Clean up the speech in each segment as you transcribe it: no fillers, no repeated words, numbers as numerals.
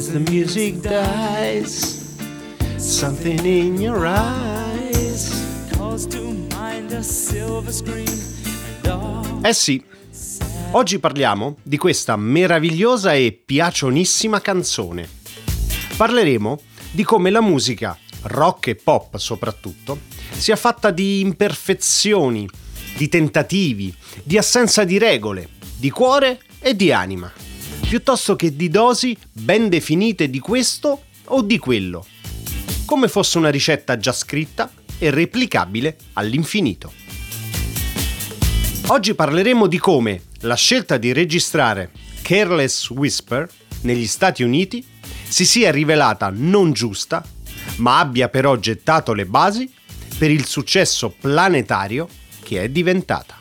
the music dies, something in your eyes calls to mind a silver screen and all. Sì, oggi parliamo di questa meravigliosa e piacionissima canzone. Parleremo di come la musica, rock e pop soprattutto, sia fatta di imperfezioni, di tentativi, di assenza di regole, di cuore e di anima, piuttosto che di dosi ben definite di questo o di quello, come fosse una ricetta già scritta e replicabile all'infinito. Oggi parleremo di come la scelta di registrare Careless Whisper negli Stati Uniti si sia rivelata non giusta, ma abbia però gettato le basi per il successo planetario che è diventata.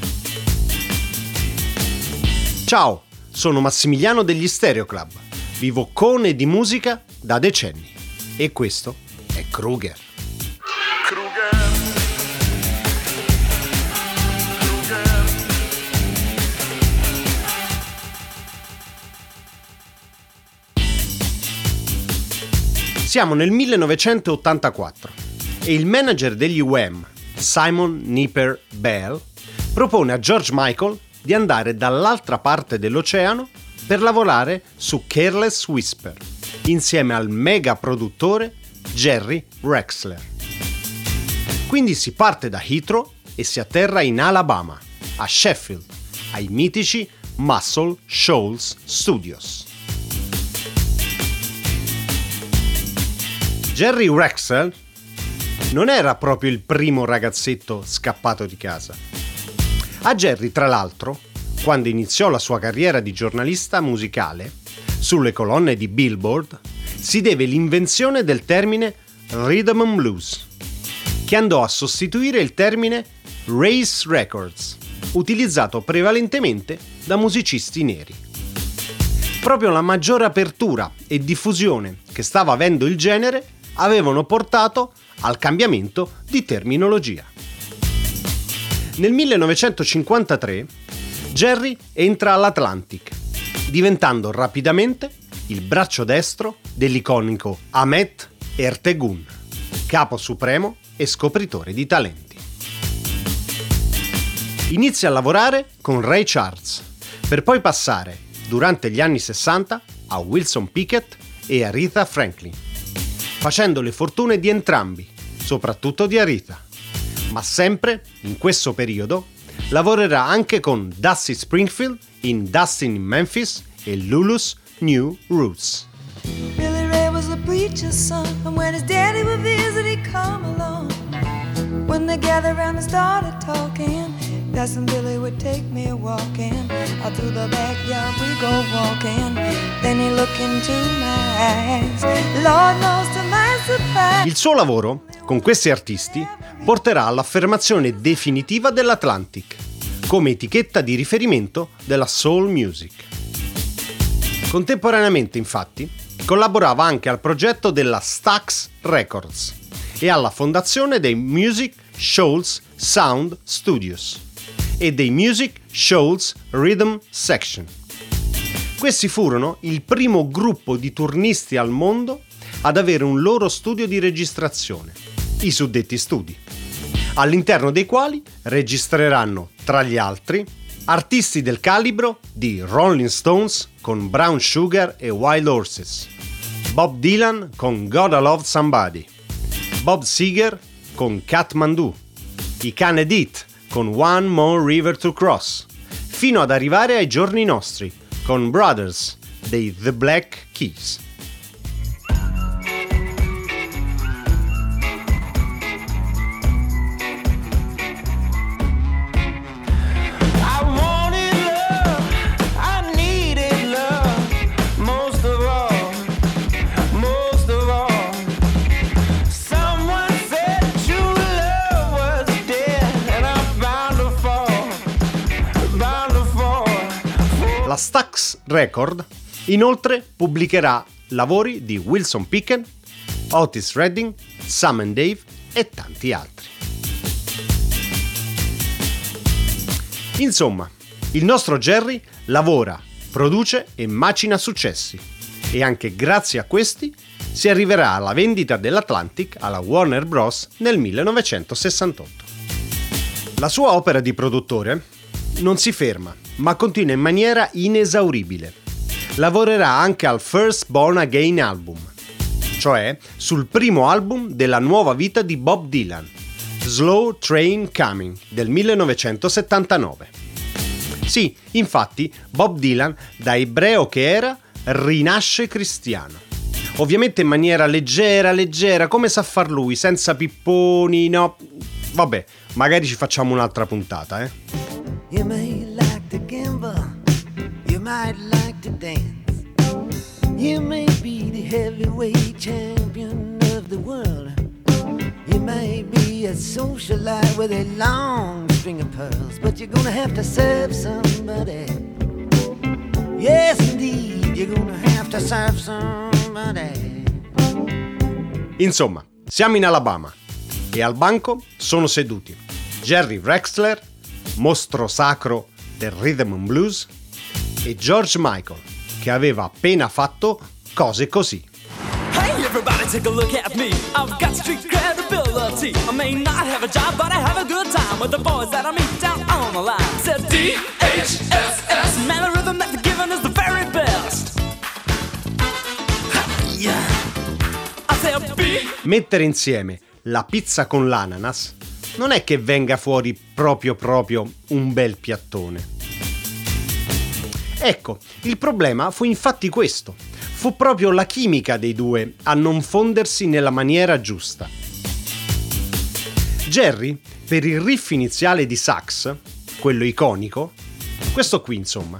Ciao, sono Massimiliano degli Stereo Club, vivo con e di musica da decenni e questo è Kruger. Siamo nel 1984 e il manager degli Wham, Simon Nipper Bell, propone a George Michael di andare dall'altra parte dell'oceano per lavorare su Careless Whisper, insieme al mega produttore Jerry Wexler. Quindi si parte da Heathrow e si atterra in Alabama, a Sheffield, ai mitici Muscle Shoals Studios. Jerry Wexler non era proprio il primo ragazzetto scappato di casa. A Jerry, tra l'altro, quando iniziò la sua carriera di giornalista musicale, sulle colonne di Billboard, si deve l'invenzione del termine Rhythm and Blues, che andò a sostituire il termine Race Records, utilizzato prevalentemente da musicisti neri. Proprio la maggiore apertura e diffusione che stava avendo il genere avevano portato al cambiamento di terminologia. Nel 1953 Jerry entra all'Atlantic, diventando rapidamente il braccio destro dell'iconico Ahmet Ertegun, capo supremo e scopritore di talenti. Inizia a lavorare con Ray Charles, per poi passare, durante gli anni 60, a Wilson Pickett e Aretha Franklin, facendo le fortune di entrambi, soprattutto di Aretha, ma sempre, in questo periodo, lavorerà anche con Dusty Springfield in Dustin in Memphis e Lulu's New Roots. Billy Ray was a preacher's son, and when his daddy would visit, he'd come along. When they gathered around and started talking, Dustin Billy would take me walking. Out through the backyard we go walking. Then he looked into my eyes. Lord knows to my surprise. Il suo lavoro con questi artisti porterà all'affermazione definitiva dell'Atlantic come etichetta di riferimento della soul music. Contemporaneamente, infatti, collaborava anche al progetto della Stax Records e alla fondazione dei Music Shoals Sound Studios e dei Music Shoals Rhythm Section. Questi furono il primo gruppo di turnisti al mondo ad avere un loro studio di registrazione, i suddetti studi, all'interno dei quali registreranno, tra gli altri, artisti del calibro di Rolling Stones con Brown Sugar e Wild Horses, Bob Dylan con Gotta Love Somebody, Bob Seger con Kathmandu, i Canedit con One More River to Cross, fino ad arrivare ai giorni nostri con Brothers dei The Black Keys. La Stax Record inoltre pubblicherà lavori di Wilson Pickett, Otis Redding, Sam and Dave e tanti altri. Insomma, il nostro Jerry lavora, produce e macina successi e anche grazie a questi si arriverà alla vendita dell'Atlantic alla Warner Bros. Nel 1968. La sua opera di produttore non si ferma, ma continua in maniera inesauribile. Lavorerà anche al First Born Again album, cioè sul primo album della nuova vita di Bob Dylan, Slow Train Coming del 1979. Sì, infatti Bob Dylan, da ebreo che era, rinasce cristiano. Ovviamente in maniera leggera, come sa far lui, senza pipponi, no. Vabbè, magari ci facciamo un'altra puntata, eh. You may like to gamble, you might like to dance. You may be the heavyweight champion of the world. You may be a socialite with a long string of pearls, but you're gonna have to serve somebody. Yes, indeed, you're gonna have to serve somebody. Insomma, siamo in Alabama e al banco sono seduti Jerry Wexler, mostro sacro del rhythm and blues, e George Michael, che aveva appena fatto Cose Così. Hey everybody, take a look at me. I've got street credibility. I may not have a job, but I have a good time with the boys that I meet down on the line. Said DHSS, man, the rhythm that they're giving is the very best. Yeah. I said B. Mettere insieme la pizza con l'ananas non è che venga fuori proprio un bel piattone. Ecco, il problema fu infatti questo. Fu proprio la chimica dei due a non fondersi nella maniera giusta. Jerry, per il riff iniziale di sax, quello iconico, questo qui insomma.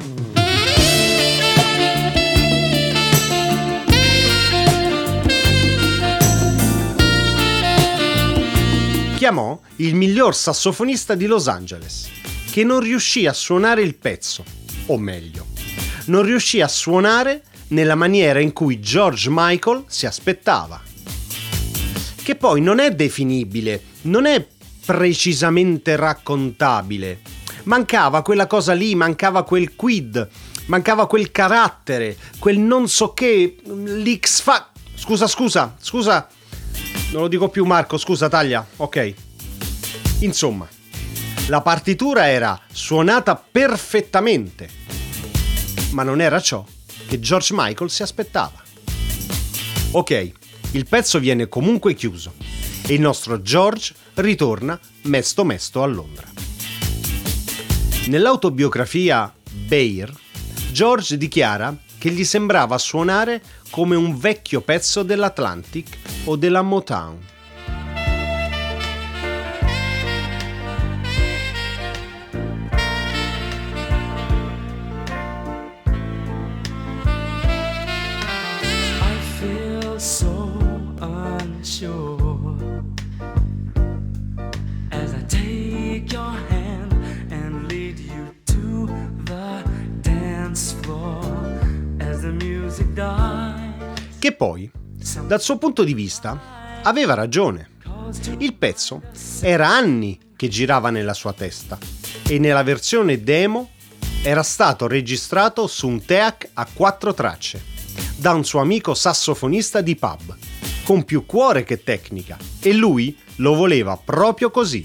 Chiamò il miglior sassofonista di Los Angeles, che non riuscì a suonare il pezzo, o meglio, non riuscì a suonare nella maniera in cui George Michael si aspettava. Che poi non è definibile, non è precisamente raccontabile. Mancava quella cosa lì, mancava quel quid, mancava quel carattere, quel non so che, Scusa, non lo dico più Marco, scusa, taglia, ok. Insomma, la partitura era suonata perfettamente, ma non era ciò che George Michael si aspettava. Ok, il pezzo viene comunque chiuso e il nostro George ritorna mesto a Londra. Nell'autobiografia Bayer, George dichiara che gli sembrava suonare come un vecchio pezzo dell'Atlantic o della Motown. So unsure as I take your hand and lead you to the dance floor as the music dies. Che poi, dal suo punto di vista, aveva ragione. Il pezzo era anni che girava nella sua testa e nella versione demo era stato registrato su un Teac a 4 tracce da un suo amico sassofonista di pub, con più cuore che tecnica, e lui lo voleva proprio così.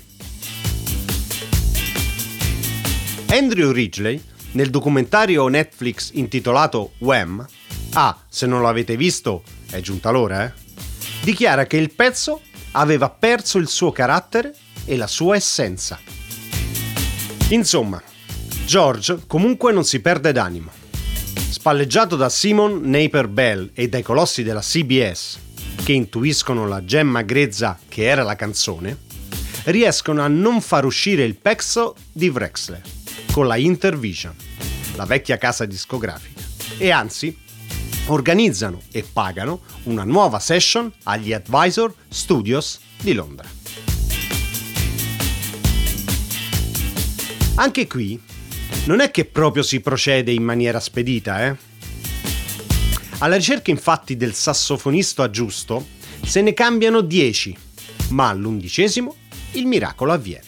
Andrew Ridgeley, nel documentario Netflix intitolato Wham! Se non lo avete visto, è giunta l'ora, dichiara che il pezzo aveva perso il suo carattere e la sua essenza. Insomma, George comunque non si perde d'animo. Spalleggiato da Simon Napier Bell e dai colossi della CBS, che intuiscono la gemma grezza che era la canzone, riescono a non far uscire il pezzo di Wexler con la Intervision, la vecchia casa discografica, e anzi organizzano e pagano una nuova session agli Advisor Studios di Londra. Anche qui non è che proprio si procede in maniera spedita, Alla ricerca infatti del sassofonista giusto se ne cambiano 10, ma all'11° il miracolo avviene.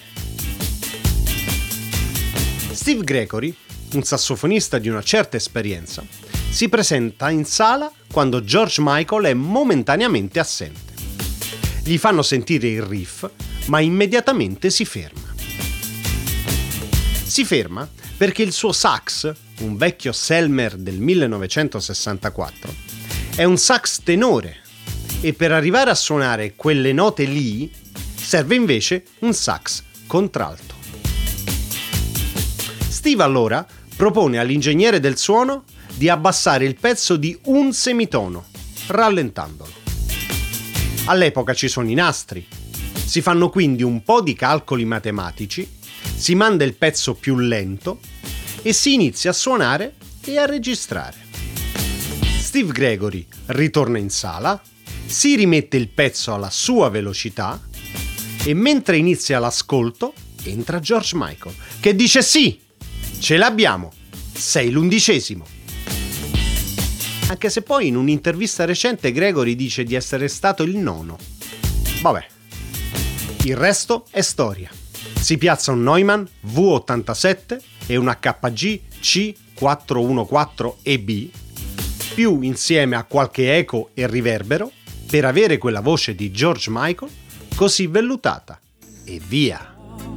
Steve Gregory, un sassofonista di una certa esperienza, si presenta in sala quando George Michael è momentaneamente assente. Gli fanno sentire il riff, ma immediatamente si ferma. Si ferma perché il suo sax, un vecchio Selmer del 1964, è un sax tenore e per arrivare a suonare quelle note lì serve invece un sax contralto. Steve allora propone all'ingegnere del suono di abbassare il pezzo di un semitono, rallentandolo. All'epoca ci sono i nastri, si fanno quindi un po' di calcoli matematici, si manda il pezzo più lento e si inizia a suonare e a registrare. Steve Gregory ritorna in sala, si rimette il pezzo alla sua velocità e mentre inizia l'ascolto entra George Michael che dice sì, ce l'abbiamo, sei l'11°. Anche se poi in un'intervista recente Gregory dice di essere stato il 9. Vabbè, il resto è storia. Si piazza un Neumann V87 e un HG C414EB, più insieme a qualche eco e riverbero, per avere quella voce di George Michael così vellutata. E via!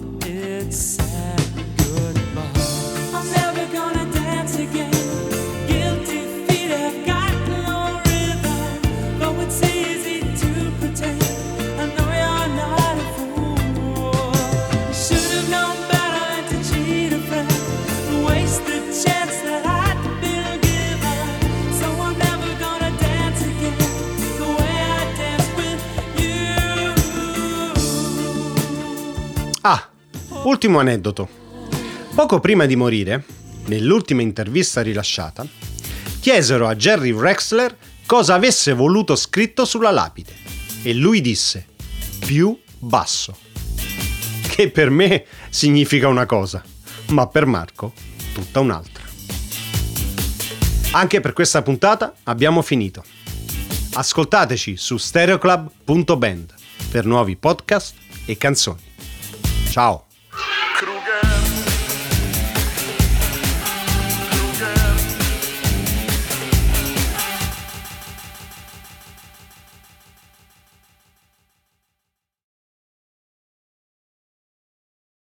Ah, ultimo aneddoto. Poco prima di morire, nell'ultima intervista rilasciata, chiesero a Jerry Wexler cosa avesse voluto scritto sulla lapide e lui disse più basso, che per me significa una cosa, ma per Marco tutta un'altra. Anche per questa puntata abbiamo finito. Ascoltateci su stereoclub.band per nuovi podcast e canzoni. Ciao!